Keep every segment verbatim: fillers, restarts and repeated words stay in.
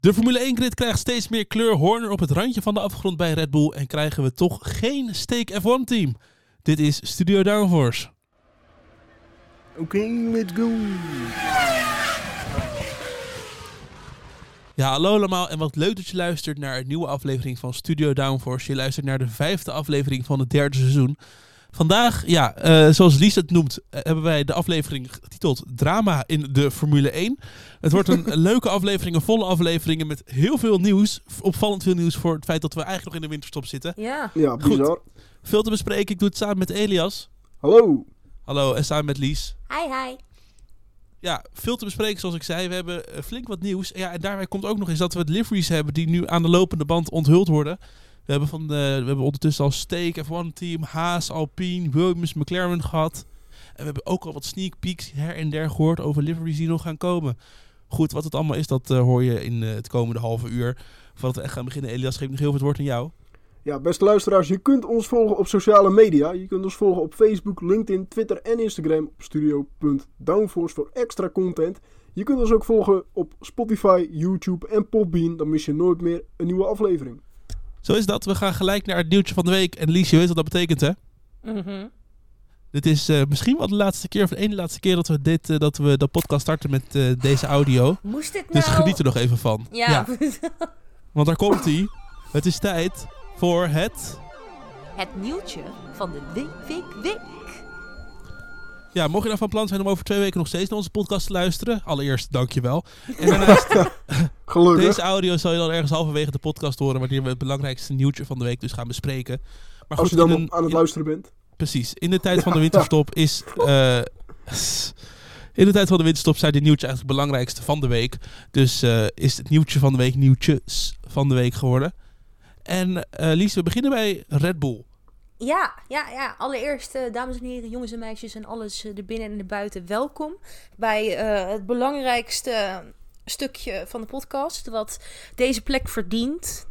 De Formule één grid krijgt steeds meer kleur. Horner op het randje van de afgrond bij Red Bull. En krijgen we toch geen Stake F één team. Dit is Studio Downforce. Oké, okay, let's go. Ja, hallo allemaal en wat leuk dat je luistert naar een nieuwe aflevering van Studio Downforce. Je luistert naar de vijfde aflevering van het derde seizoen. Vandaag, ja, uh, zoals Lies het noemt, uh, hebben wij de aflevering getiteld Drama in de Formule één. Het wordt een leuke aflevering, een volle aflevering met heel veel nieuws. Opvallend veel nieuws voor het feit dat we eigenlijk nog in de winterstop zitten. Ja, ja bizar. Goed, veel te bespreken. Ik doe het samen met Elias. Hallo. Hallo, en samen met Lies. Hi, hi. Ja, veel te bespreken zoals ik zei. We hebben uh, flink wat nieuws. Ja, en daarbij komt ook nog eens dat we het liveries hebben die nu aan de lopende band onthuld worden. We hebben, van de, we hebben ondertussen al Stake F één team, Haas, Alpine, Williams, McLaren gehad. En we hebben ook al wat sneak peeks her en der gehoord over liveries die nog gaan komen. Goed, wat het allemaal is, dat uh, hoor je in uh, het komende halve uur. Voordat we echt gaan beginnen, Elias, geef ik nog heel veel het woord aan jou. Ja, beste luisteraars, je kunt ons volgen op sociale media. Je kunt ons volgen op Facebook, LinkedIn, Twitter en Instagram op studio punt downforce voor extra content. Je kunt ons ook volgen op Spotify, YouTube en Podbean. Dan mis je nooit meer een nieuwe aflevering. Zo is dat. We gaan gelijk naar het nieuwtje van de week. En Lies, je weet wat dat betekent, hè? Mm-hmm. Dit is uh, misschien wel de laatste keer, of de ene laatste keer dat we dit, uh, dat we de podcast starten met uh, deze audio. Moest dit nou... Dus geniet er nog even van. Ja. ja. Want daar komt hij. Het is tijd voor het... Het nieuwtje van de week, week, week. Ja, mocht je nou van plan zijn om over twee weken nog steeds naar onze podcast te luisteren. Allereerst, dankjewel. En daarnaast, Gelukkig. Deze audio zal je dan ergens halverwege de podcast horen, wanneer we het belangrijkste nieuwtje van de week dus gaan bespreken. Maar Als goed, je dan een, aan het in, luisteren bent. Precies. In de tijd van de winterstop is... Uh, in de tijd van de winterstop zijn dit nieuwtje eigenlijk het belangrijkste van de week. Dus uh, is het nieuwtje van de week nieuwtjes van de week geworden. En uh, Lies, we beginnen bij Red Bull. Ja, ja, ja. Allereerst, uh, dames en heren, jongens en meisjes en alles uh, erbinnen en erbuiten, welkom bij uh, het belangrijkste stukje van de podcast, wat deze plek verdient.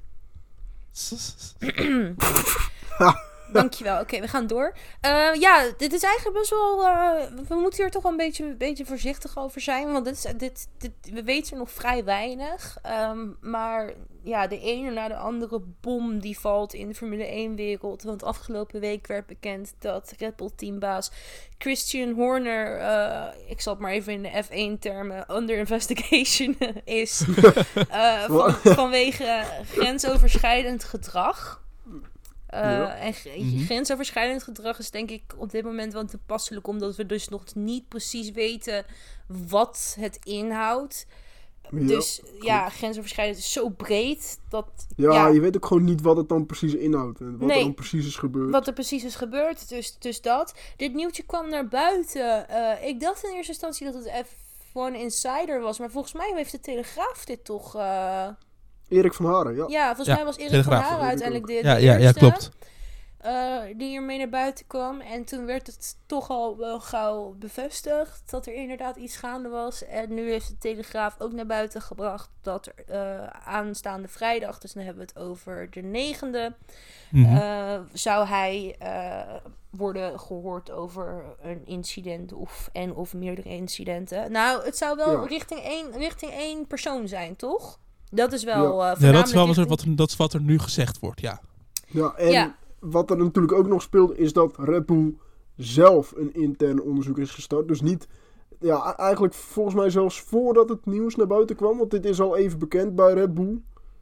Dankjewel. Oké, okay, we gaan door. Uh, ja, dit is eigenlijk best wel... Uh, we moeten hier toch wel een beetje, een beetje voorzichtig over zijn. Want dit is, dit, dit, we weten nog vrij weinig. Um, maar ja, de ene na de andere bom die valt in de Formule één-wereld. Want afgelopen week werd bekend dat Red Bull teambaas Christian Horner... Uh, ik zal het maar even in de F één-termen... under investigation is. uh, van, vanwege grensoverschrijdend gedrag. Uh, ja. En g- mm-hmm. grensoverschrijdend gedrag is denk ik op dit moment wel toepasselijk, omdat we dus nog niet precies weten wat het inhoudt. Ja, dus ja, grensoverschrijdend is zo breed dat... Ja, ja, je weet ook gewoon niet wat het dan precies inhoudt en wat nee, er dan precies is gebeurd. Wat er precies is gebeurd, dus, dus dat. Dit nieuwtje kwam naar buiten. Uh, ik dacht in eerste instantie dat het F één Insider was, maar volgens mij heeft de Telegraaf dit toch... Uh, Erik van Haren, ja. Ja, volgens ja, mij was Erik Telegraaf. van Haren uiteindelijk de, de ja, eerste. Ja, ja, klopt. Uh, die hiermee naar buiten kwam. En toen werd het toch al wel gauw bevestigd dat er inderdaad iets gaande was. En nu heeft de Telegraaf ook naar buiten gebracht dat er uh, aanstaande vrijdag, dus dan hebben we het over de negende, mm-hmm. uh, zou hij uh, worden gehoord over een incident of, en of meerdere incidenten. Nou, het zou wel ja. richting, één, richting één persoon zijn, toch? Dat is wel ja. uh, ja, dat is wel richting... wat, er, dat is wat er nu gezegd wordt, ja. Ja, en ja. wat er natuurlijk ook nog speelt is dat Red Bull zelf een intern onderzoek is gestart. Dus niet, ja, eigenlijk volgens mij zelfs voordat het nieuws naar buiten kwam. Want dit is al even bekend bij Red Bull.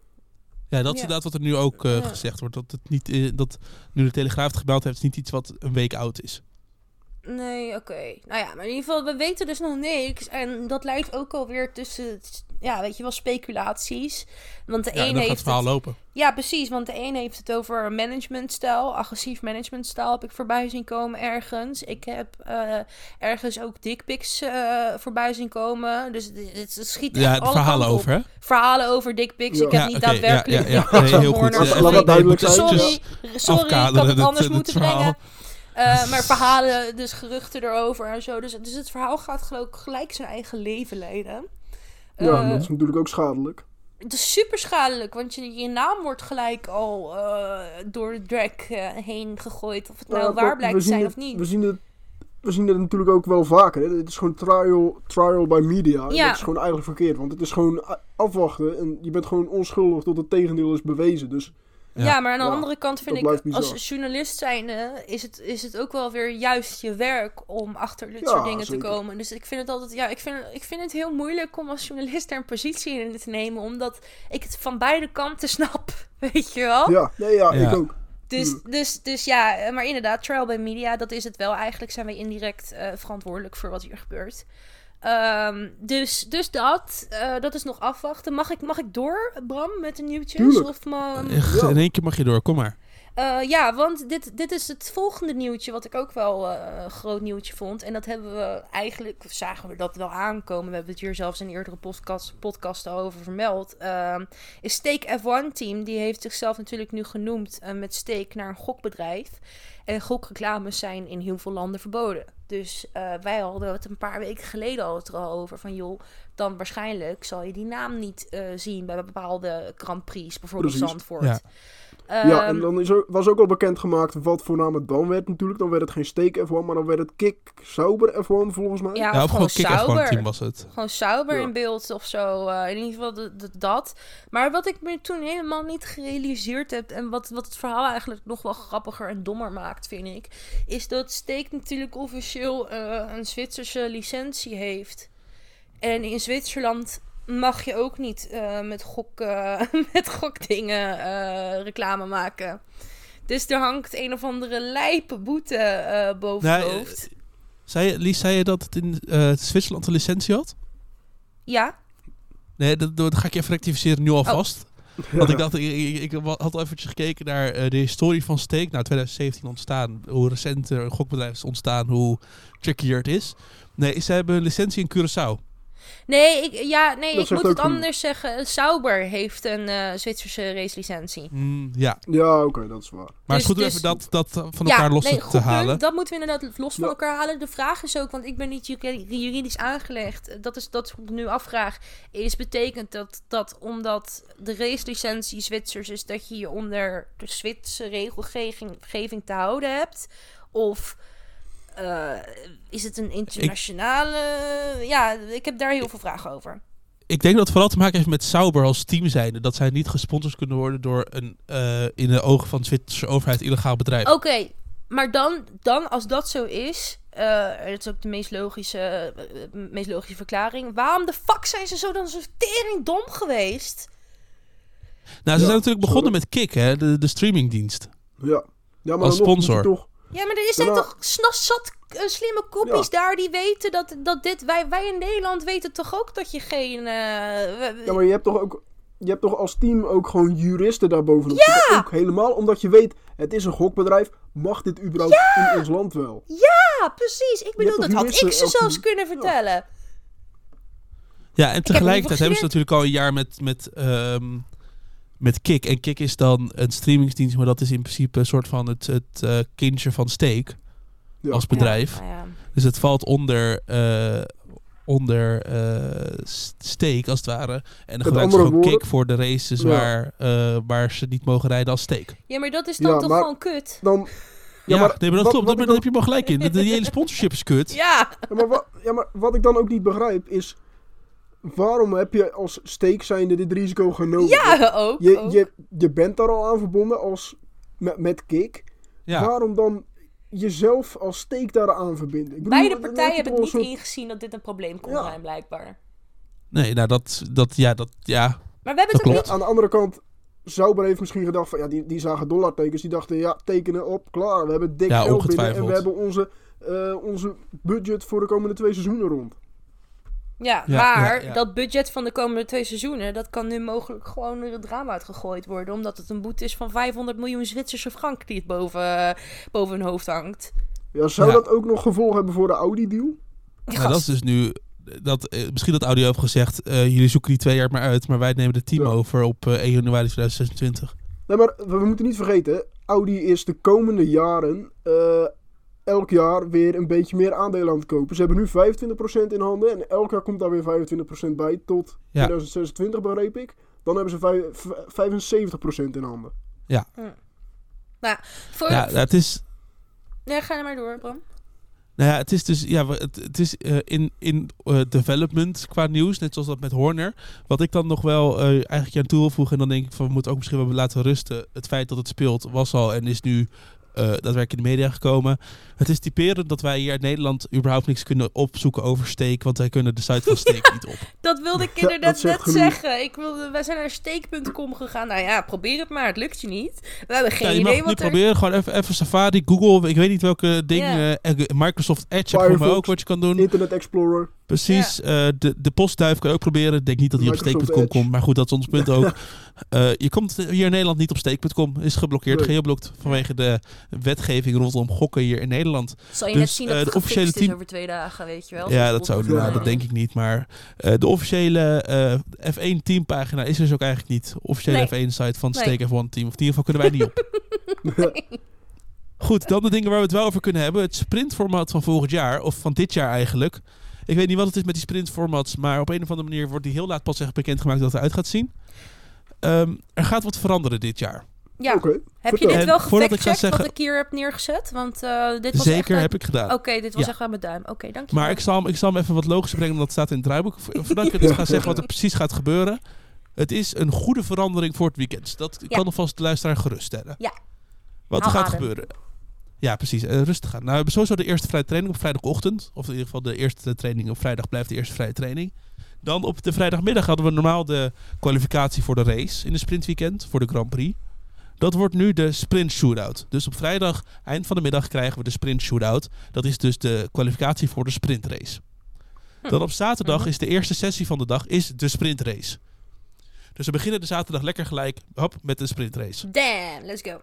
Ja, dat is ja. inderdaad wat er nu ook uh, ja. gezegd wordt. Dat het niet, uh, dat nu de Telegraaf het gebeld heeft, is niet iets wat een week oud is. Nee, oké. Okay. Nou ja, maar in ieder geval, we weten dus nog niks. En dat lijkt ook alweer tussen, ja, weet je wel, speculaties. Want de ja, een dan heeft gaat het verhaal het, lopen. Ja, precies. Want de een heeft het over managementstijl. Agressief managementstijl heb ik voorbij zien komen ergens. Ik heb uh, ergens ook dickpics uh, voorbij zien komen. Dus het, het schiet echt ja, alle verhalen kanten over, hè? Verhalen over dickpics. Ja. Ik heb ja, niet okay, daadwerkelijk ja, ja, ja. Nee, heel goed. Laat dat duidelijk zijn. Sorry, sorry ik had het anders het, moeten het brengen. Uh, maar verhalen, dus geruchten erover en zo. Dus, dus het verhaal gaat geloof ik gelijk zijn eigen leven leiden. Ja, uh, dat is natuurlijk ook schadelijk. Het is super schadelijk, want je, je naam wordt gelijk al uh, door de drag uh, heen gegooid. Of het nou, nou waar blijkt te zijn het, of niet. We zien het, we we zien het natuurlijk ook wel vaker. Hè. Het is gewoon trial, trial by media. En Ja. dat is gewoon eigenlijk verkeerd. Want het is gewoon a- afwachten. En je bent gewoon onschuldig tot het tegendeel is bewezen. Dus Ja, Ja. maar aan de Ja, andere kant vind dat ik, blijft bizar. als journalist zijnde, is het, is het ook wel weer juist je werk om achter dit Ja, soort dingen zeker. te komen. Dus ik vind het altijd, ja, ik vind, ik vind het heel moeilijk om als journalist daar een positie in te nemen, omdat ik het van beide kanten snap, weet je wel? ja, nee, ja, Ja. ik ook. Dus, Hmm. dus, dus ja, maar inderdaad, trial by media, dat is het wel. Eigenlijk zijn wij indirect eh, verantwoordelijk voor wat hier gebeurt. Ehm, dus, dus dat, eh, dat is nog afwachten. Mag ik, mag ik door, Bram, met de nieuwtjes? Tuurlijk. Of me, Echt, Ja. in één keer mag je door, kom maar. Uh, ja, want dit, dit is het volgende nieuwtje, wat ik ook wel uh, een groot nieuwtje vond. En dat hebben we eigenlijk, zagen we dat wel aankomen. We hebben het hier zelfs in eerdere podcast, podcasten over vermeld. Uh, is Stake F één Team, die heeft zichzelf natuurlijk nu genoemd uh, met Stake naar een gokbedrijf. En gokreclames zijn in heel veel landen verboden. Dus uh, wij hadden het een paar weken geleden al het er al over van joh, dan waarschijnlijk zal je die naam niet uh, zien bij bepaalde Grand Prix, bijvoorbeeld Precies. Zandvoort. Ja. Ja, en Um, dan is er, was ook al bekendgemaakt wat voor naam het dan werd natuurlijk. Dan werd het geen Stake F één, maar dan werd het Kick Sauber F één volgens mij. Ja, Ja, of of gewoon gewoon Kick F één Sauber. team was het. Gewoon Sauber Ja. in beeld of zo. Uh, in ieder geval de, de- dat. Maar wat ik me toen helemaal niet gerealiseerd heb... en wat, wat het verhaal eigenlijk nog wel grappiger en dommer maakt, vind ik... is dat Stake natuurlijk officieel uh, een Zwitserse licentie heeft. En in Zwitserland mag je ook niet uh, met, gok, uh, met gokdingen uh, reclame maken. Dus er hangt een of andere lijpe boete uh, boven Nee, het eh, hoofd. Zei je, Lies, zei je dat het in uh, Zwitserland een licentie had? Ja. Nee, dat, dat ga ik je even rectificeren nu alvast. Ja. Want ik dacht, ik, ik, ik had al eventjes gekeken naar uh, de historie van Stake. Nou, twintig zeventien ontstaan. Hoe recent er een gokbedrijf is ontstaan. Hoe trickier het is. Nee, ze hebben een licentie in Curaçao. Nee, ik, ja, nee, Dat ik zegt moet het ook genoeg. anders zeggen. Sauber heeft een uh, Zwitserse racelicentie. Mm, ja, Ja, oké, dat is waar. maar Dus- het is goed om dus- even dat, dat uh, van elkaar los nee, te, goed te punt. halen. Dat moeten we inderdaad los van Ja. elkaar halen. De vraag is ook, want ik ben niet ju- juridisch aangelegd. Dat is dat is wat ik nu afvraag. Is betekent dat, dat omdat de racelicentie Zwitsers is, dat je je onder de Zwitserse regelgeving geving te houden hebt? Of uh, is het een internationale... Ja, ik heb daar heel veel vragen over. Ik denk dat het vooral te maken heeft met Sauber als team zijnde. Dat zij niet gesponsord kunnen worden door een uh, in de ogen van de Zwitserse overheid illegaal bedrijf. Oké, okay, maar dan, dan als dat zo is... Uh, dat is ook de meest logische, uh, meest logische verklaring. Waarom de fuck zijn ze zo dan zo tering dom geweest? Nou, ze Ja, zijn natuurlijk begonnen sorry. met Kick, hè, de, de streamingdienst. Ja, ja maar Als dan nog moet je sponsor. toch... Ja, maar er zijn Daarna- toch sna- zat uh, slimme koppies Ja. daar die weten dat, dat dit... Wij, wij in Nederland weten toch ook dat je geen... Uh, we- Ja, maar je hebt toch ook... Je hebt toch als team ook gewoon juristen daarbovenop zitten. Ook helemaal omdat je weet, het is een gokbedrijf. Mag dit überhaupt in ons land wel? Ja, precies. Ik bedoel, hebt dat toch had ik juristen ze elke- zelfs kunnen vertellen. Ja, en tegelijkertijd hoeveel hebben ze natuurlijk al een jaar met, met, um, met Kick. En Kick is dan een streamingsdienst, maar dat is in principe een soort van het, het uh, kindje van Stake Ja. als bedrijf. Ja, nou ja. Dus het valt onder, uh, onder uh, Stake als het ware. En dan gebruiken ze andere gewoon woorden- Kick voor de races Ja. waar, uh, waar ze niet mogen rijden als Stake. Ja, maar dat is dan Ja, toch maar- gewoon kut? Dan... Ja, Ja, maar nee, maar dat wat- klopt. wat Daar ik heb je wel gelijk in. De, de hele sponsorship is kut. Ja. Ja maar, wa- ja, maar wat ik dan ook niet begrijp is... Waarom heb je als Stake zijnde dit risico genomen? Ja, ook. Je, ook. je, je bent daar al aan verbonden als, met, met Kick. Ja. Waarom dan jezelf als Stake daaraan verbinden? Ik bedoel, Beide dan heb partijen je hebben toch niet wel een soort- ingezien dat dit een probleem kon Ja. zijn, blijkbaar. Nee, nou dat, dat, ja, dat, ja. Maar we hebben Dat het ook klopt. niet... Aan de andere kant, Sauber heeft misschien gedacht van... Ja, die, die zagen dollartekens. Die dachten, ja, tekenen op, klaar. We hebben dik Ja, geld binnen. En ongetwijfeld. we hebben onze, eh, onze budget voor de komende twee seizoenen rond. Ja, Ja, maar ja, ja. dat budget van de komende twee seizoenen... dat kan nu mogelijk gewoon er het raam uitgegooid worden... omdat het een boete is van vijfhonderd miljoen Zwitserse frank... die het boven, boven hun hoofd hangt. Ja, zou Ja. dat ook nog gevolgen hebben voor de Audi-deal? Nou, dat is dus nu... Dat, eh, misschien dat Audi heeft gezegd... eh, jullie zoeken die twee jaar maar uit... maar wij nemen het team Ja. over op eh, één januari tweeduizend zesentwintig. Nee, maar we, we moeten niet vergeten... Audi is de komende jaren... eh, elk jaar weer een beetje meer aandelen aan het kopen. Ze hebben nu vijfentwintig procent in handen... en elk jaar komt daar weer vijfentwintig procent bij... tot Ja. tweeduizend zesentwintig, begreep ik. Dan hebben ze vijf- v- vijfenzeventig procent in handen. Nou, voor, Ja, het is... Nee, ga er maar door, Bram. Nou ja, het is dus ja, het, het is uh, in, in uh, development qua nieuws, net zoals dat met Horner. Wat ik dan nog wel uh, eigenlijk aan toe wil voegen, en dan denk ik van we moeten ook misschien wel laten rusten. Het feit dat het speelt was al en is nu uh, daadwerkelijk in de media gekomen. Het is typerend dat wij hier in Nederland überhaupt niks kunnen opzoeken over Steak, want wij kunnen de site van Steak niet op. Dat wilde ik Ja, inderdaad dat net zegt genoeg. zeggen. Ik wilde, wij zijn naar steak punt com gegaan. Nou ja, probeer het maar. Het lukt je niet. We hebben geen Ja, je idee mag wat het nu er... proberen, gewoon even, even Safari, Google, ik weet niet welke dingen, Ja. uh, Microsoft Edge heb voor mij ook wat je kan doen. Internet Explorer. Precies, uh, de, de postduif kan je ook proberen. Ik denk niet dat hij op steak punt com Microsoft Edge. komt, maar goed, dat is ons punt ook. Uh, je komt hier in Nederland niet op steak punt com, is geblokkeerd, Nee. geoblokt vanwege de wetgeving rondom gokken hier in Nederland. Zal je Dus, net zien dat uh, het de officiële gefixt is team- over twee dagen, weet je wel? Ja, Zoals dat zou Bob nou, zei. dat denk ik niet, maar uh, de officiële uh, F één teampagina is er dus ook eigenlijk niet. De officiële Nee. F één site van Nee. Steak F één team, of in ieder geval kunnen wij niet op. Goed, dan de dingen waar we het wel over kunnen hebben. Het sprintformat van volgend jaar, of van dit jaar eigenlijk. Ik weet niet wat het is met die sprintformats, maar op een of andere manier wordt die heel laat pas echt bekendgemaakt dat het eruit gaat zien. Um, er gaat wat veranderen dit jaar. Ja, Oké, heb je vertel. dit En wel voordat ik ga gefactcheckt zeggen- wat ik hier heb neergezet? Want uh, dit was echt... Zeker uit- heb ik gedaan. Oké, dit was Ja. echt aan mijn duim. Oké, okay, dankjewel. Maar ik zal, hem, ik zal hem even wat logischer brengen, omdat het staat in het draaiboek. Vo- Voordat ik het ga zeggen wat er precies gaat gebeuren. Het is een goede verandering voor het weekend. Dat Ja. kan alvast de luisteraar geruststellen. Ja. Wat er Hou gaat adem. gebeuren. Ja, precies. Uh, rustig aan. Nou, we hebben sowieso de eerste vrije training op vrijdagochtend. Of in ieder geval de eerste training op vrijdag blijft de eerste vrije training. Dan op de vrijdagmiddag hadden we normaal de kwalificatie voor de race in de sprintweekend. Voor de Grand Prix. Dat wordt nu de sprint shootout. Dus op vrijdag, eind van de middag, krijgen we de sprint shootout. Dat is dus de kwalificatie voor de sprintrace. Hm. Dan op zaterdag Mhm. is de eerste sessie van de dag is de sprintrace. Dus we beginnen de zaterdag lekker gelijk hop, met de sprintrace. Damn, let's go.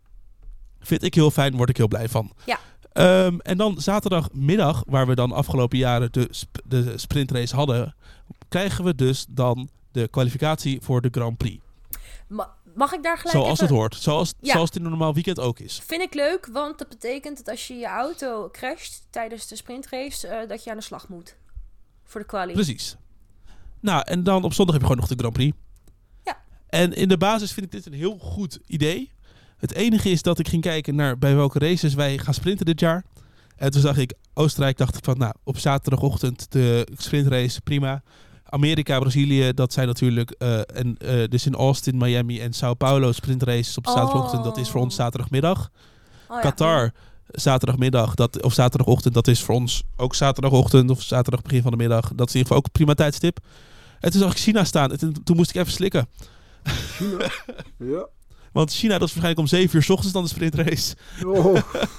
Vind ik heel fijn, word ik heel blij van. Ja. Um, en dan zaterdagmiddag, waar we dan afgelopen jaren de, sp- de sprintrace hadden, krijgen we dus dan de kwalificatie voor de Grand Prix. Ma- mag ik daar gelijk Zoals even... het hoort. Zoals, Ja. zoals het in een normaal weekend ook is. Vind ik leuk, want dat betekent dat als je je auto crasht tijdens de sprintrace, uh, dat je aan de slag moet. Voor de kwalie. Precies. Nou, en dan op zondag heb je gewoon nog de Grand Prix. Ja. En in de basis vind ik dit een heel goed idee. Het enige is dat ik ging kijken naar bij welke races wij gaan sprinten dit jaar. En toen zag ik Oostenrijk, dacht ik van nou, op zaterdagochtend de sprintrace, prima. Amerika, Brazilië, dat zijn natuurlijk, uh, en, uh, dus in Austin, Miami en Sao Paulo sprintraces op de Oh. zaterdagochtend. Dat is voor ons zaterdagmiddag. Oh, ja. Qatar, zaterdagmiddag, dat, of zaterdagochtend, dat is voor ons ook zaterdagochtend of zaterdag begin van de middag. Dat is in ieder geval ook een prima tijdstip. En toen zag ik China staan en toen, toen moest ik even slikken. China. Ja. Want China, dat is waarschijnlijk om zeven uur 's ochtends dan de sprintrace. Oh,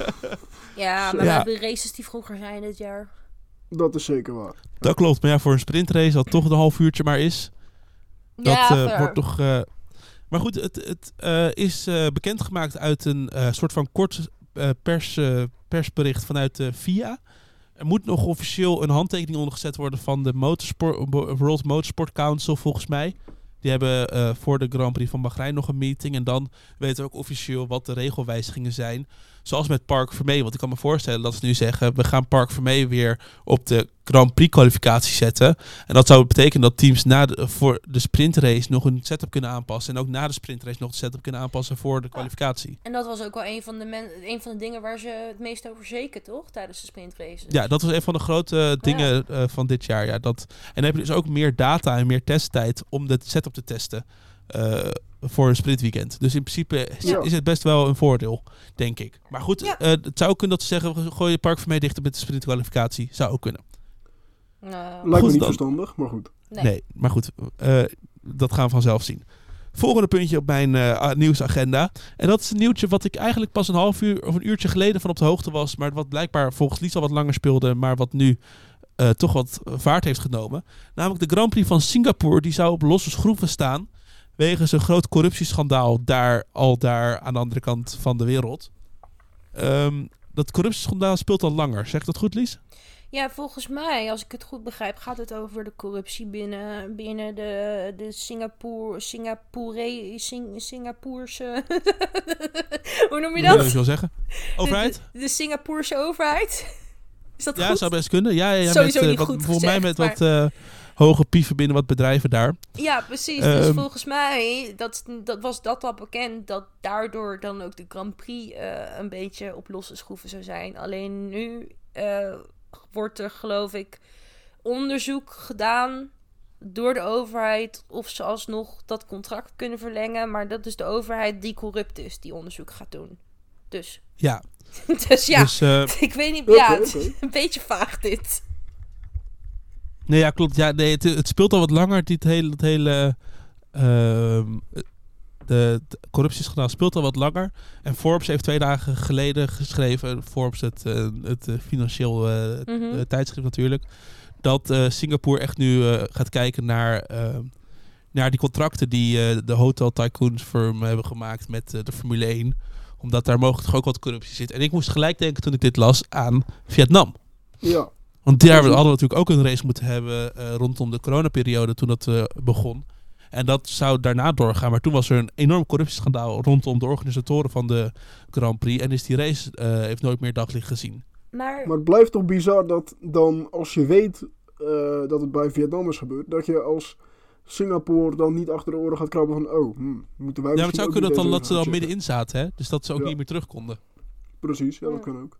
Ja, maar Ja. we hebben races die vroeger zijn dit jaar. dat is zeker waar. Dat klopt, maar ja, voor een sprintrace, dat toch een half uurtje maar is, dat ja, eh, fair. wordt toch... eh, Maar goed, het, het eh, is eh, bekendgemaakt uit een eh, soort van kort eh, pers, eh, persbericht vanuit de F I A. Er moet nog officieel een handtekening ondergezet worden van de Motorsport, World Motorsport Council, volgens mij. Die hebben eh, voor de Grand Prix van Bahrein nog een meeting. En dan weten we ook officieel wat de regelwijzigingen zijn. Zoals met Parc Vermee. Want ik kan me voorstellen dat ze nu zeggen, we gaan Parc Vermee weer op de Grand Prix kwalificatie zetten. En dat zou betekenen dat teams na de, voor de sprintrace nog een setup kunnen aanpassen. En ook na de sprintrace nog de setup kunnen aanpassen voor de kwalificatie. En dat was ook wel een van de, men- een van de dingen waar ze het meest over zeken, toch? Tijdens de sprintraces. Ja, dat was een van de grote dingen eh, van dit jaar. Ja, dat, en dan heb je dus ook meer data en meer testtijd om de setup te testen uh, voor een sprintweekend. Dus in principe is, Ja. is het best wel een voordeel, denk ik. Maar goed, Ja. uh, het zou ook kunnen dat ze zeggen, we gooien Parc Vermee dichter met de sprintkwalificatie. Zou ook kunnen. Nou, Lijkt me Goed, niet dan. verstandig, maar goed. nee. Nee, maar goed, uh, dat gaan we vanzelf zien. Volgende puntje op mijn uh, nieuwsagenda. En dat is een nieuwtje wat ik eigenlijk pas een half uur of een uurtje geleden van op de hoogte was. Maar wat blijkbaar volgens Lies al wat langer speelde. Maar wat nu uh, toch wat vaart heeft genomen. Namelijk de Grand Prix van Singapore. Die zou op losse schroeven staan. Wegens een groot corruptieschandaal daar al daar aan de andere kant van de wereld. Um, dat corruptieschandaal speelt al langer. Zegt dat goed, Lies? Ja, volgens mij, als ik het goed begrijp, gaat het over de corruptie binnen, binnen de, de Singapore, Singapore, Sing, Singapoerse... Hoe noem je Wat wil dat? je wel zeggen? Overheid? De, de Singapoerse overheid? Is dat Ja, goed? zou best kunnen. Ja, ja, ja, Sowieso met, uh, niet wat, goed volgens mij gezegd, met maar- wat uh, hoge pieven binnen wat bedrijven daar. Ja, precies. Dus Ehm, volgens mij dat, dat was dat al bekend dat daardoor dan ook de Grand Prix uh, een beetje op losse schroeven zou zijn. Alleen nu uh, uh, wordt er geloof ik onderzoek gedaan door de overheid of ze alsnog dat contract kunnen verlengen. Maar dat is de overheid die corrupt is, die onderzoek gaat doen. Dus. Ja. dus ja, dus, uh, ik weet niet. Okay, ja, het okay. is een beetje vaag dit. Nee, ja, klopt. Ja, nee, het, het speelt al wat langer. Dit hele, het hele uh, de, de corruptieschandaal speelt al wat langer. En Forbes heeft twee dagen geleden geschreven, Forbes, het, uh, het uh, financieel uh, mm-hmm. uh, tijdschrift natuurlijk, dat uh, Singapore echt nu uh, gaat kijken naar, uh, naar die contracten die uh, de hotel tycoons firm hebben gemaakt met uh, de Formule één. Omdat daar mogelijk toch ook wat corruptie zit. En ik moest gelijk denken toen ik dit las aan Vietnam. Ja. Want daar hadden we natuurlijk ook een race moeten hebben uh, rondom de coronaperiode toen dat uh, begon. En dat zou daarna doorgaan. Maar toen was er een enorm corruptieschandaal rondom de organisatoren van de Grand Prix. En is die race uh, heeft nooit meer daglicht gezien. Maar... maar het blijft toch bizar dat dan als je weet uh, dat het bij Vietnam is gebeurd, dat je als Singapore dan niet achter de oren gaat krabben van oh, hmm, moeten wij ja, maar het zou kunnen dat, dan, dat ze dan checken. middenin zaten. Hè? Dus dat ze ook ja. niet meer terug konden. Precies, ja, dat ja. kan ook.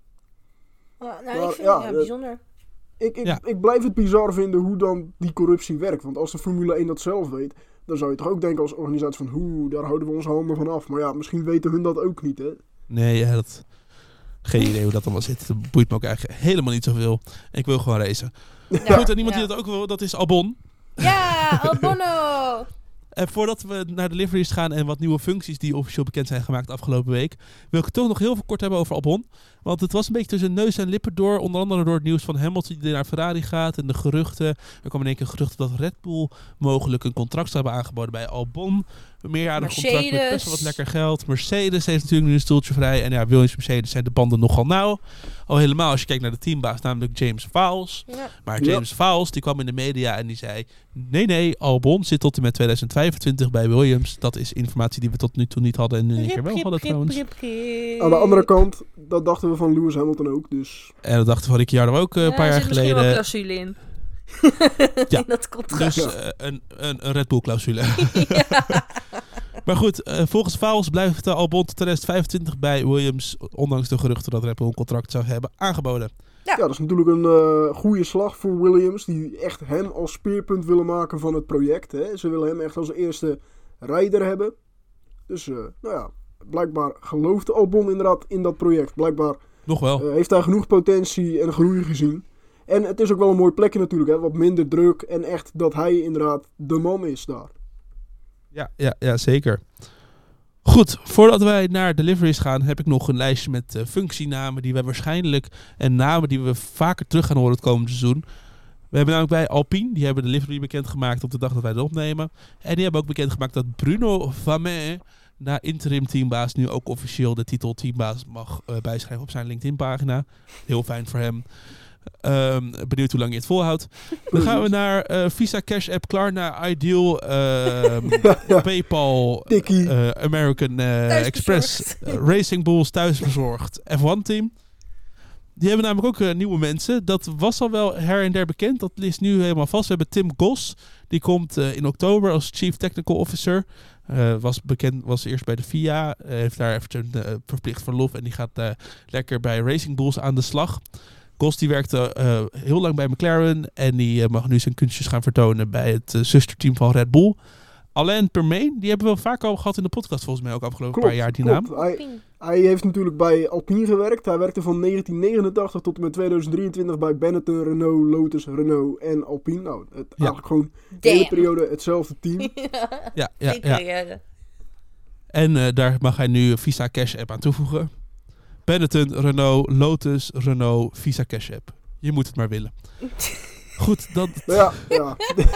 Ah, nou, maar, ik vind ja, het ja, bijzonder. Ik, ik, ja. ik blijf het bizar vinden hoe dan die corruptie werkt. Want als de Formule één dat zelf weet, dan zou je toch ook denken als organisatie van hoe, daar houden we onze handen van af. Maar ja, misschien weten hun dat ook niet, hè? Nee, ja, dat... geen idee hoe dat allemaal zit. Dat boeit me ook eigenlijk helemaal niet zoveel. Ik wil gewoon racen. Ja. Goed, en iemand ja. die dat ook wil, dat is Albon. Ja, Albono! En voordat we naar de liveries gaan en wat nieuwe functies die officieel bekend zijn gemaakt de afgelopen week, wil ik het toch nog heel veel kort hebben over Albon. Want het was een beetje tussen neus en lippen door. Onder andere door het nieuws van Hamilton die naar Ferrari gaat en de geruchten. Er kwam in één keer geruchten dat Red Bull mogelijk een contract zou hebben aangeboden bij Albon. Een meerjarig contract met best wel wat lekker geld. Mercedes heeft natuurlijk nu een stoeltje vrij. En ja, Williams en Mercedes zijn de banden nogal nauw. Al helemaal als je kijkt naar de teambaas, namelijk James Vowles. Ja. Maar James ja. Vowles die kwam in de media en die zei, nee nee, Albon zit tot en met tweeduizend vijfentwintig bij Williams. Dat is informatie die we tot nu toe niet hadden en nu een keer wel hadden trouwens. Aan de andere kant, dat dachten we van Lewis Hamilton ook, dus... En dat dachten we van Ricciardo ook uh, een ja, paar jaar geleden. Er zit misschien wel clausule in. ja, in dat contract. Dus uh, een, een, een Red Bull clausule. ja. Maar goed, uh, volgens Vowles blijft uh, Albon tot tweeduizend vijfentwintig bij Williams, ondanks de geruchten dat Red Bull een contract zou hebben aangeboden. Ja, ja dat is natuurlijk een uh, goede slag voor Williams, die echt hem als speerpunt willen maken van het project. Hè. Ze willen hem echt als eerste rijder hebben. Dus, uh, nou ja, blijkbaar gelooft Albon inderdaad in dat project. Blijkbaar nog wel. Uh, heeft hij genoeg potentie en groei gezien. En het is ook wel een mooi plekje natuurlijk, hè. Wat minder druk en echt dat hij inderdaad de man is daar. Ja, ja, ja, zeker. Goed, voordat wij naar deliveries gaan, heb ik nog een lijstje met uh, functienamen die wij waarschijnlijk en namen die we vaker terug gaan horen het komende seizoen. We hebben namelijk bij Alpine, die hebben de livery bekendgemaakt op de dag dat wij het opnemen. En die hebben ook bekendgemaakt dat Bruno Vamin, na interim teambaas, nu ook officieel de titel teambaas mag uh, bijschrijven op zijn LinkedIn-pagina. Heel fijn voor hem. Um, benieuwd hoe lang je het volhoudt. Dan gaan we naar uh, Visa Cash App, Klarna, Ideal, um, PayPal, uh, American uh, Express, uh, Racing Bulls, thuisverzorgd, F één team. Die hebben namelijk ook uh, nieuwe mensen. Dat was al wel her en der bekend. Dat is nu helemaal vast. We hebben Tim Goss. Die komt uh, in oktober als Chief Technical Officer. Uh, was bekend, was eerst bij de F I A. Uh, heeft daar even uh, verplicht verlof. En die gaat uh, lekker bij Racing Bulls aan de slag. Goss die werkte uh, heel lang bij McLaren. En die uh, mag nu zijn kunstjes gaan vertonen bij het uh, zusterteam van Red Bull. Alain Permane, die hebben we vaak al gehad in de podcast volgens mij ook afgelopen klopt, paar jaar die klopt. naam. Hij, hij heeft natuurlijk bij Alpine gewerkt. Hij werkte van negentien negenentachtig tot en met tweeduizend drieëntwintig bij Benetton, Renault, Lotus, Renault en Alpine. Nou, het, ja. eigenlijk gewoon de hele periode hetzelfde team. ja, ja, ja. ja. En uh, daar mag hij nu Visa Cash App aan toevoegen. Benetton, Renault, Lotus, Renault, Visa Cash App. Je moet het maar willen. Goed, dat... Ja, ja.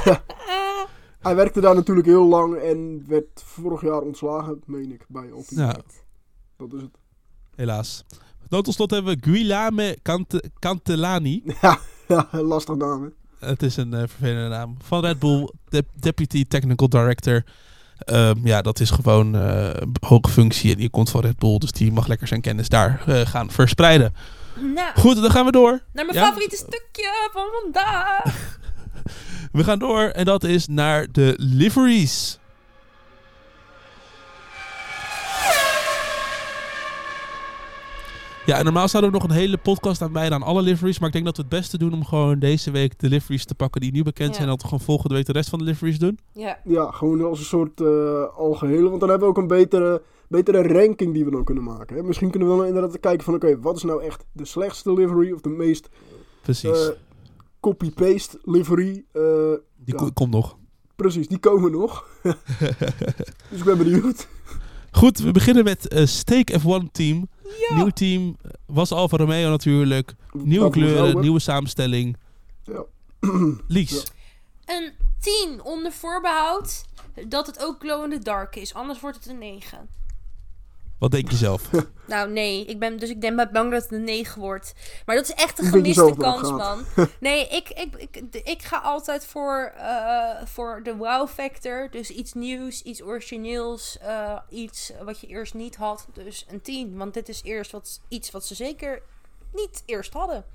Hij werkte daar natuurlijk heel lang en werd vorig jaar ontslagen, meen ik, bij Alpine. Ja. Dat is het. Helaas. Tot slot hebben we Guillaume Cant- Cantelani. Ja, ja, lastig naam, hè? Het is een uh, vervelende naam. Van Red Bull, de- Deputy Technical Director. Uh, ja, dat is gewoon uh, een hoge functie en die komt van Red Bull. Dus die mag lekker zijn kennis daar uh, gaan verspreiden. Nou, goed, dan gaan we door. Naar mijn ja? favoriete stukje van vandaag. We gaan door en dat is naar de liveries. Ja, en normaal zouden we nog een hele podcast aan wijden aan alle liveries. Maar ik denk dat we het beste doen om gewoon deze week de liveries te pakken die nu bekend Ja. zijn. En dat we gewoon volgende week de rest van de liveries doen. Ja. Ja, gewoon als een soort uh, algehele. Want dan hebben we ook een betere, betere ranking die we dan kunnen maken. Hè? Misschien kunnen we dan inderdaad kijken van... Oké, okay, wat is nou echt de slechtste livery? Of de meest Precies. uh, copy-paste livery? Uh, die ja. ko- komt nog. Precies, die komen nog. Dus ik ben benieuwd. Goed, we beginnen met uh, Stake F één Team. Ja. Nieuw team. Was Alfa Romeo natuurlijk. Nieuwe Dat kleuren, onthouden. nieuwe samenstelling. Ja. Lies. Ja. Een tien onder voorbehoud dat het ook glow in the dark is. Anders wordt het een negen. Wat denk je zelf? Nou, nee. Ik ben, dus ik ben bang dat het een negen wordt. Maar dat is echt een Hoe denk je gemiste zelf dat kans, het man. Nee, ik, ik, ik, ik ga altijd voor, uh, voor de wow factor. Dus iets nieuws, iets origineels. Uh, iets wat je eerst niet had. Dus een tien. Want dit is eerst wat, iets wat ze zeker niet eerst hadden.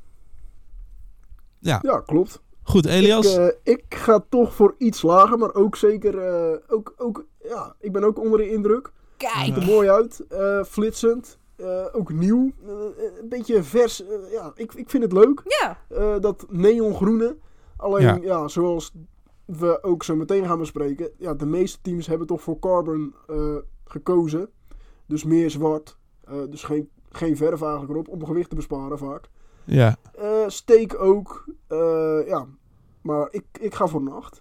Ja. Ja, klopt. Goed, Elias. Ik, uh, ik ga toch voor iets lager, maar ook zeker... Uh, ook, ook, ja, ik ben ook onder de indruk. Kijk. Ziet er mooi uit. Uh, flitsend. Uh, ook nieuw. Uh, een beetje vers. Uh, ja, ik, ik vind het leuk. Ja. Uh, dat neongroene. Alleen, Ja. ja, zoals we ook zo meteen gaan bespreken. Ja, de meeste teams hebben toch voor carbon uh, gekozen. Dus meer zwart. Uh, dus geen, geen verf eigenlijk erop. Om gewicht te besparen vaak. Ja. Uh, steek ook. Uh, ja. Maar ik, ik ga voor nacht.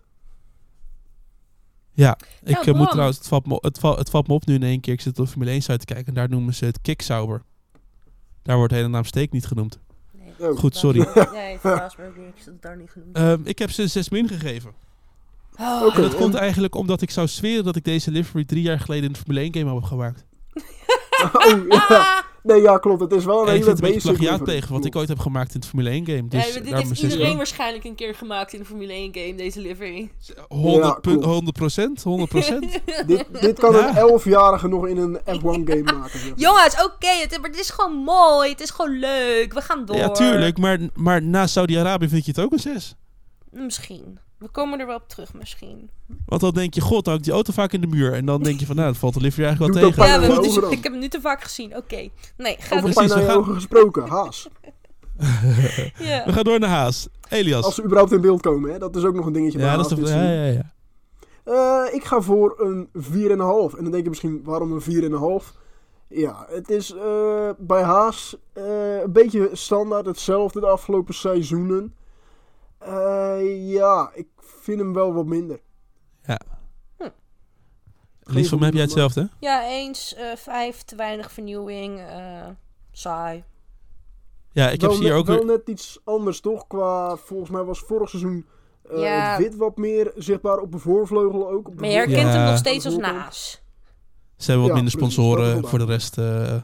Ja, ik Ja, uh, moet Bram. trouwens, het valt, me, het, val, het valt me op nu in één keer. Ik zit op de Formule één site te kijken en daar noemen ze het kicksauber. Daar wordt de hele naam steek niet genoemd. Nee, Oh. Goed, sorry. Nee, verbaas me ook niet. Ik zat het daar niet genoemd. Um, ik heb ze een zes min gegeven. Oh. Oké. En dat en- komt eigenlijk omdat ik zou zweren dat ik deze livery drie jaar geleden in de Formule één game heb gemaakt. Oh, ja. Nee, ja, klopt. Het is wel een En ik hele vind een beetje basic plagiaat livery. tegen wat ik Klopt. ooit heb gemaakt in de Formule één game. Dus Ja, dit daar heeft mijn zes iedereen min. waarschijnlijk een keer gemaakt in de Formule één game, deze livery. honderd klopt. procent? honderd procent? Dit, dit kan Ja. een elfjarige nog in een F één game maken. Zeg. Jongens, oké, het, maar het is gewoon mooi. Het is gewoon leuk. We gaan door. Ja, tuurlijk. Maar, maar na Saudi-Arabië vind je het ook een zes. Misschien. We komen er wel op terug, misschien. Want dan denk je, god, dan hangt die auto vaak in de muur. En dan denk je van, nou, dat valt de livery eigenlijk Doe wel dat tegen. pijn Ja, aan we, je dus, ogen dan. ik heb hem nu te vaak gezien. Oké. Nee, ga Over door. Precies, pijn we aan je gaan- ogen gesproken. Haas. Ja. We gaan door naar Haas. Elias. Als ze überhaupt in beeld komen, hè. Dat is ook nog een dingetje. bij ja, dat is Haas toch... dit Ja, seizoen. ja, ja. Eh, ik ga voor een vier komma vijf. En dan denk je misschien, waarom een vier komma vijf? Ja, het is eh, bij Haas eh, een beetje standaard hetzelfde de afgelopen seizoenen. Eh, ja, ik vind hem wel wat minder. Lies, voor mij heb jij hetzelfde, hè? Ja, eens. eh, vijf, te weinig vernieuwing. eh, saai. Ja, ik heb wel ze hier net, ook wel weer... net iets anders, toch? Qua, volgens mij was vorig seizoen eh, Ja. het wit wat meer zichtbaar op de voorvleugel ook. Op de Maar je herkent Ja. hem nog steeds Aan als de voorkant. naas. Ze hebben wat Ja, minder precies, dat is sponsoren wel voor de waar. rest. eh.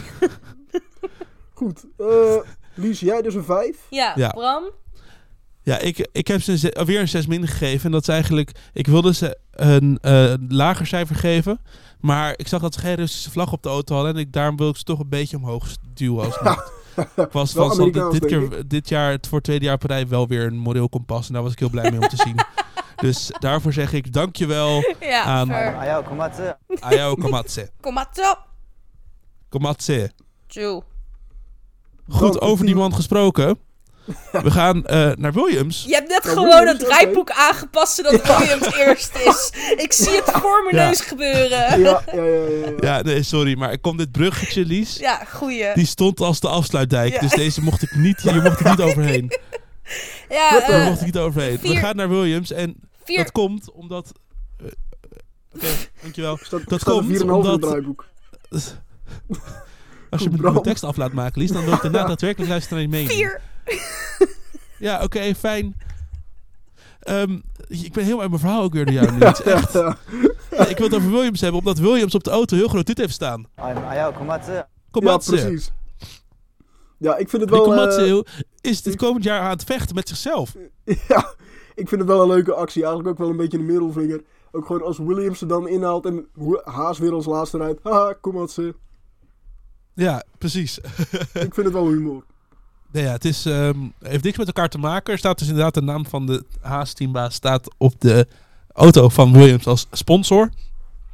Goed. eh Lies, jij dus een vijf? Ja, Ja. Bram? Ja, ik, ik heb ze een ze- weer een zes min gegeven. En dat is eigenlijk... Ik wilde ze een eh, lager cijfer geven. Maar ik zag dat ze geen Russische vlag op de auto hadden. En ik, daarom wil ik ze toch een beetje omhoog duwen als nacht. Ik was Wel van zal dit, Amerikaans, dit, denk keer, dit jaar, het voor het tweede jaar per rij, wel weer een moreel kompas. En daar was ik heel blij mee om te zien. Dus daarvoor zeg ik dankjewel Ja, aan ver. Ayaw, komatsu. Ayao Komatsu. Kom maar op. Komatsu. Tjoe. Goed, Dan- over die man gesproken. We gaan eh, naar Williams. Je hebt net Ja, gewoon Williams, het oké. draaiboek aangepast zodat Williams eerst is. Ik zie het voor mijn Ja. neus gebeuren. Ja, ja, ja, ja. ja. Ja, nee, sorry, maar ik kom dit bruggetje, Lies. Ja, goeie. Die stond als de afsluitdijk. Ja. Dus deze mocht ik niet, hier mocht ik niet overheen. Ja, Hier eh, mocht ik niet overheen. We vier- gaan naar Williams en vier. dat komt omdat... eh, Oké, dankjewel. Staat, Dat staat een komt vier komma vijf in het omdat- draaiboek. Als je me Bram. de tekst af laat maken, Lies, dan wil ik daarna daadwerkelijk luisteren naar je mening. Vier. Ja, oké, fijn. Ehm, ik ben heel uit mijn verhaal ook weer door jou nu. Het is echt- Ja, Ja, ik wil het over Williams hebben, omdat Williams op de auto heel groot dit heeft staan. Ayaw, komatsu. ja, Komatsu. precies. Ja, ik vind het Die wel... Komatsu eh, is dit komend jaar aan het vechten met zichzelf. ja, ik vind het wel een leuke actie. Eigenlijk ook wel een beetje een middelvinger. Ook gewoon als Williams er dan inhaalt en hoe- Haas weer als laatste rijdt. Haha, kom wat ze. Ja, precies. Ik vind het wel humor. Nee, ja, het is, ehm, heeft niks met elkaar te maken. Er staat dus inderdaad de naam van de Haas-teambaas staat op de auto van Williams als sponsor.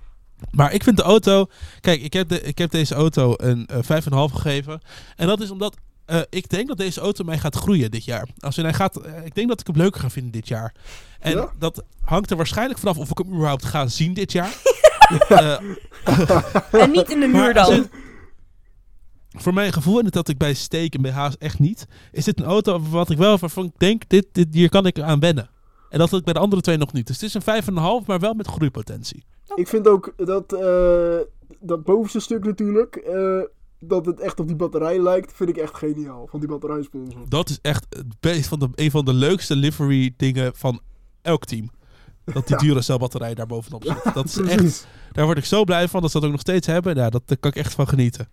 Maar ik vind de auto... Kijk, ik heb, de, ik heb deze auto een uh, vijf komma vijf gegeven. En dat is omdat uh, ik denk dat deze auto mij gaat groeien dit jaar. Als in, hij gaat, uh, ik denk dat ik hem leuker ga vinden dit jaar. En ja? dat hangt er waarschijnlijk vanaf of ik hem überhaupt ga zien dit jaar. uh, en niet in de muur dan. Het, voor mijn gevoel, en dat ik bij Steak en bij Haas echt niet, is dit een auto wat ik wel waarvan ik denk, dit, dit, hier kan ik aan wennen. En dat ik bij de andere twee nog niet. Dus het is een vijf komma vijf, maar wel met groeipotentie. Ik vind ook dat, uh, dat bovenste stuk natuurlijk, uh, dat het echt op die batterij lijkt, vind ik echt geniaal. Van die batterijsponsor. Dat is echt het beest van de, een van de leukste livery dingen van elk team. Dat die ja. Duracell batterij daar bovenop zit. Dat is echt, daar word ik zo blij van dat ze dat ook nog steeds hebben. Ja, dat, daar kan ik echt van genieten.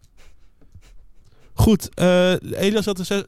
Goed, uh, Elias had een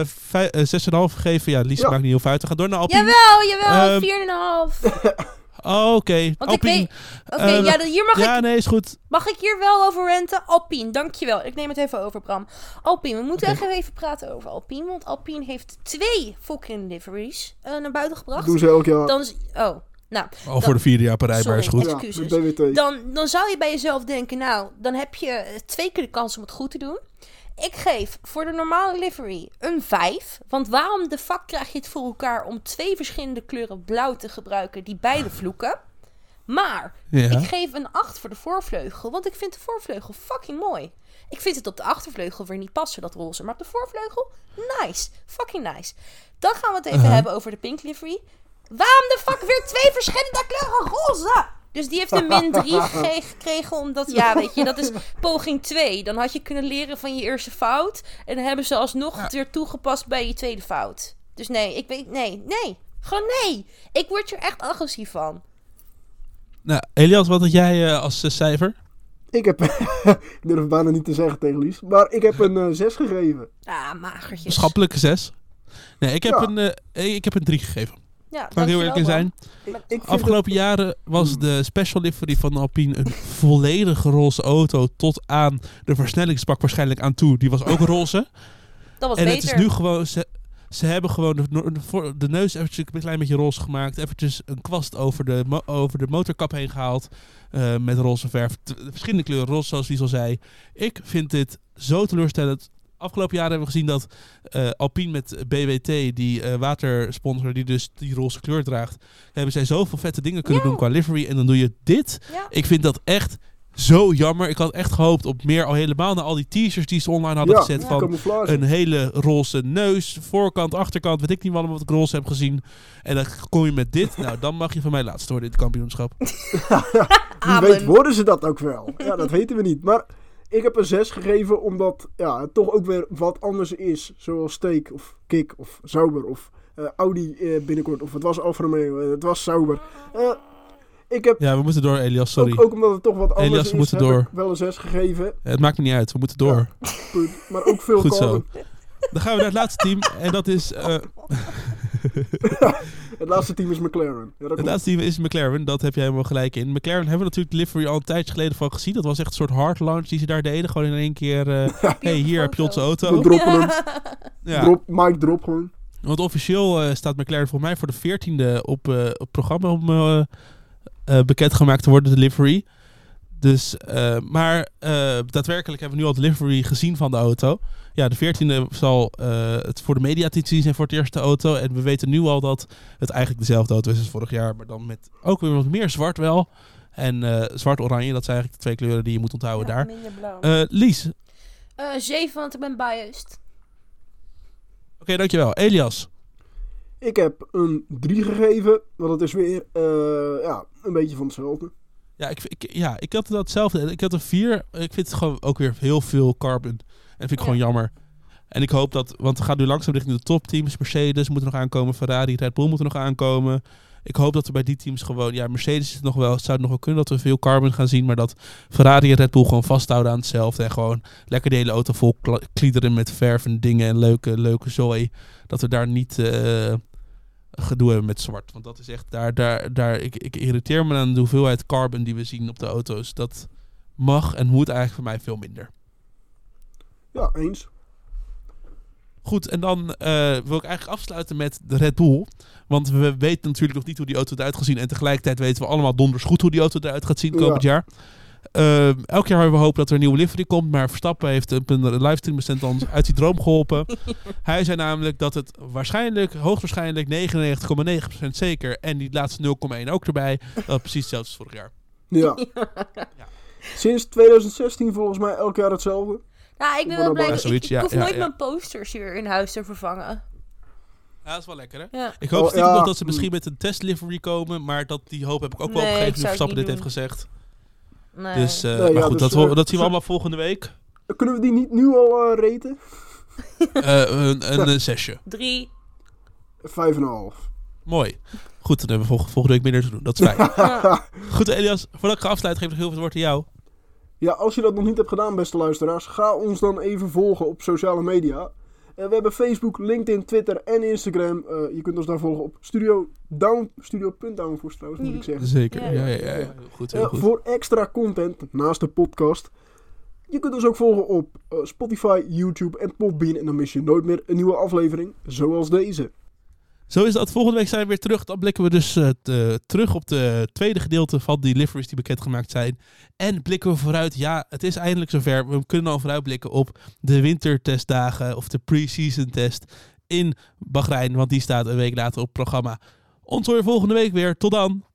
zes komma vijf gegeven. Ja, Lies ja. maakt niet heel veel uit. We gaan door naar Alpine. Jawel, jawel, um, vier komma vijf. Oh, oké. Okay. Want Alpine. ik weet... Oké, okay, uh, ja, hier mag ja, ik... nee, is goed. Mag ik hier wel over renten? Alpine, dankjewel. Ik neem het even over, Bram. Alpine, we moeten okay. echt even praten over Alpine. Want Alpine heeft twee fucking liveries uh, naar buiten gebracht. Doen ze elk jaar. Dan is... Oh, nou... Al dan, voor de vierde jaar per rijbaar is goed. Excuses. Ja, dan, dan zou je bij jezelf denken, nou, dan heb je twee keer de kans om het goed te doen. Ik geef voor de normale livery een vijf. Want waarom de fuck krijg je het voor elkaar om twee verschillende kleuren blauw te gebruiken die beide vloeken? Maar ja. ik geef een acht voor de voorvleugel. Want ik vind de voorvleugel fucking mooi. Ik vind het op de achtervleugel weer niet passen, dat roze. Maar op de voorvleugel, nice. Fucking nice. Dan gaan we het even uh-huh. hebben over de pink livery. Waarom de fuck weer twee verschillende kleuren roze? Dus die heeft een min drie ge- gekregen, omdat, ja, weet je, dat is poging twee. Dan had je kunnen leren van je eerste fout. En dan hebben ze alsnog ja. het weer toegepast bij je tweede fout. Dus nee, ik weet, nee, nee. Gewoon nee. Ik word er echt agressief van. Nou, Elias, wat had jij uh, als uh, cijfer? Ik heb, ik durf het bijna niet te zeggen tegen Lies, maar ik heb een uh, zes gegeven. Ah, magertjes. Schappelijke zes. Nee, ik heb, ja. een, uh, ik heb een drie gegeven. Ja, kan ik heel eerlijk in zijn. Ik, ik Afgelopen het... jaren was de special livery van Alpine een volledige roze auto tot aan de versnellingsbak waarschijnlijk aan toe. Die was ook roze. Dat was en beter. Het is nu gewoon... Ze, ze hebben gewoon de, de, de neus eventjes een klein beetje roze gemaakt. Eventjes een kwast over de, mo- over de motorkap heen gehaald. Uh, met roze verf. De verschillende kleuren roze, zoals Lies al zei. Ik vind dit zo teleurstellend. Afgelopen jaren hebben we gezien dat uh, Alpine met B W T, die uh, watersponsor, die dus die roze kleur draagt, hebben zij zoveel vette dingen kunnen ja. doen qua livery. En dan doe je dit. Ja. Ik vind dat echt zo jammer. Ik had echt gehoopt op meer, al helemaal naar al die t-shirts die ze online hadden ja, gezet. Ja, van camouflage. Een hele roze neus, voorkant, achterkant, weet ik niet allemaal wat ik roze heb gezien. En dan kom je met dit. Nou, dan mag je van mij laatst worden in het kampioenschap. Wie weet worden ze dat ook wel. Ja, dat weten we niet. Maar... Ik heb een zes gegeven omdat ja, het toch ook weer wat anders is. Zoals Steak of Kik of Sauber of uh, Audi uh, binnenkort. Of het was Alfa Romeo, uh, het was Sauber. Uh, ik heb ja, we moeten door, Elias, sorry. Ook, ook omdat het toch wat anders Elias, we is, moeten heb door. ik wel een zes gegeven. Ja, het maakt me niet uit, we moeten door. Ja, punt. Maar ook veel goed carbon. Zo. Dan gaan we naar het laatste team en dat is... Uh... het laatste team is McLaren. Ja, het laatste team is McLaren, dat heb jij helemaal gelijk in. McLaren hebben we natuurlijk de livery al een tijdje geleden van gezien. Dat was echt een soort hard launch die ze daar deden. Gewoon in één keer, uh, hé, hey, hier heb je onze auto. We droppen hem. Ja. Drop, Mike drop gewoon. Want officieel uh, staat McLaren voor mij voor de veertiende op uh, op programma om uh, uh, bekendgemaakt te worden, de livery. Dus, uh, maar uh, daadwerkelijk hebben we nu al de livery gezien van de auto. Ja, de veertiende zal uh, het voor de media te zien zijn voor het eerste auto. En we weten nu al dat het eigenlijk dezelfde auto is als vorig jaar. Maar dan met ook weer wat meer zwart wel. En uh, zwart-oranje, dat zijn eigenlijk de twee kleuren die je moet onthouden ja, daar. Minder blauw. Uh, Lies? Uh, zeven, want ik ben biased. Oké, okay, dankjewel. Elias? Ik heb een drie gegeven. Want het is weer uh, ja, een beetje van hetzelfde. Ja, ik, ik, ja, ik had hetzelfde. Ik had een vier. Ik vind het gewoon ook weer heel veel carbon. En dat vind ik ja. gewoon jammer. En ik hoop dat... Want we gaan nu langzaam richting de topteams. Mercedes moet er nog aankomen. Ferrari, Red Bull moet er nog aankomen. Ik hoop dat we bij die teams gewoon... Ja, Mercedes is het nog wel... Het zou het nog wel kunnen dat we veel carbon gaan zien. Maar dat Ferrari en Red Bull gewoon vasthouden aan hetzelfde. En gewoon lekker de hele auto vol kliederen met verf en dingen. En leuke, leuke zooi. Dat we daar niet... Uh, gedoe hebben met zwart. Want dat is echt... Daar, daar, daar, ik, ik irriteer me aan de hoeveelheid carbon die we zien op de auto's. Dat mag en moet eigenlijk voor mij veel minder. Ja, eens. Goed, en dan uh, wil ik eigenlijk afsluiten met de Red Bull. Want we weten natuurlijk nog niet hoe die auto eruit gaat zien. En tegelijkertijd weten we allemaal donders goed hoe die auto eruit gaat zien komend ja. jaar. Uh, elk jaar hebben we hoop dat er een nieuwe livery komt. Maar Verstappen heeft op een livestream bestemd ons uit die droom geholpen. Hij zei namelijk dat het waarschijnlijk, hoogstwaarschijnlijk negenennegentig komma negen procent zeker. En die laatste nul komma één ook erbij. Dat het precies hetzelfde als vorig jaar. Ja. ja. Sinds twintig zestien volgens mij elk jaar hetzelfde. Nou, ik ben wel blij. Ja, Ik, zoiets, ik ja, hoef ja, nooit ja. mijn posters hier in huis te vervangen. Ja, dat is wel lekker, hè? Ja. Ik hoop Oh, stiekem ja. nog dat ze misschien met een testlivery komen. Maar dat, die hoop heb ik ook wel Nee, ik opgegeven nu zou het Verstappen dit niet heeft gezegd. Nee. Dus, uh, Nee, maar ja, goed, dus, dat, uh, dat zien we zo- allemaal volgende week. Kunnen we die niet nu al uh, raten? Uh, een, een, een zesje. Drie. Vijf en een half. Mooi. Goed, dan hebben we volg- volgende week minder te doen. Dat is fijn. Ja. Goed, Elias. Voordat ik ga afsluiten, geef ik nog heel veel woord aan jou. Ja, als je dat nog niet hebt gedaan, beste luisteraars, ga ons dan even volgen op sociale media. Uh, we hebben Facebook, LinkedIn, Twitter en Instagram. Uh, je kunt ons daar volgen op Studio Down, Studio.downforce trouwens, moet ik zeggen. Zeker. Ja, Ja, ja. ja, ja. Heel goed, heel Uh, goed. voor extra content naast de podcast. Je kunt ons ook volgen op uh, Spotify, YouTube en Podbean. En dan mis je nooit meer een nieuwe aflevering zoals deze. Zo is dat. Volgende week zijn we weer terug. Dan blikken we dus uh, te, terug op de tweede gedeelte van die liveries die bekendgemaakt zijn. En blikken we vooruit. Ja, het is eindelijk zover. We kunnen al vooruitblikken op de wintertestdagen of de pre-season test in Bahrein. Want die staat een week later op het programma. Ons hoor je volgende week weer. Tot dan.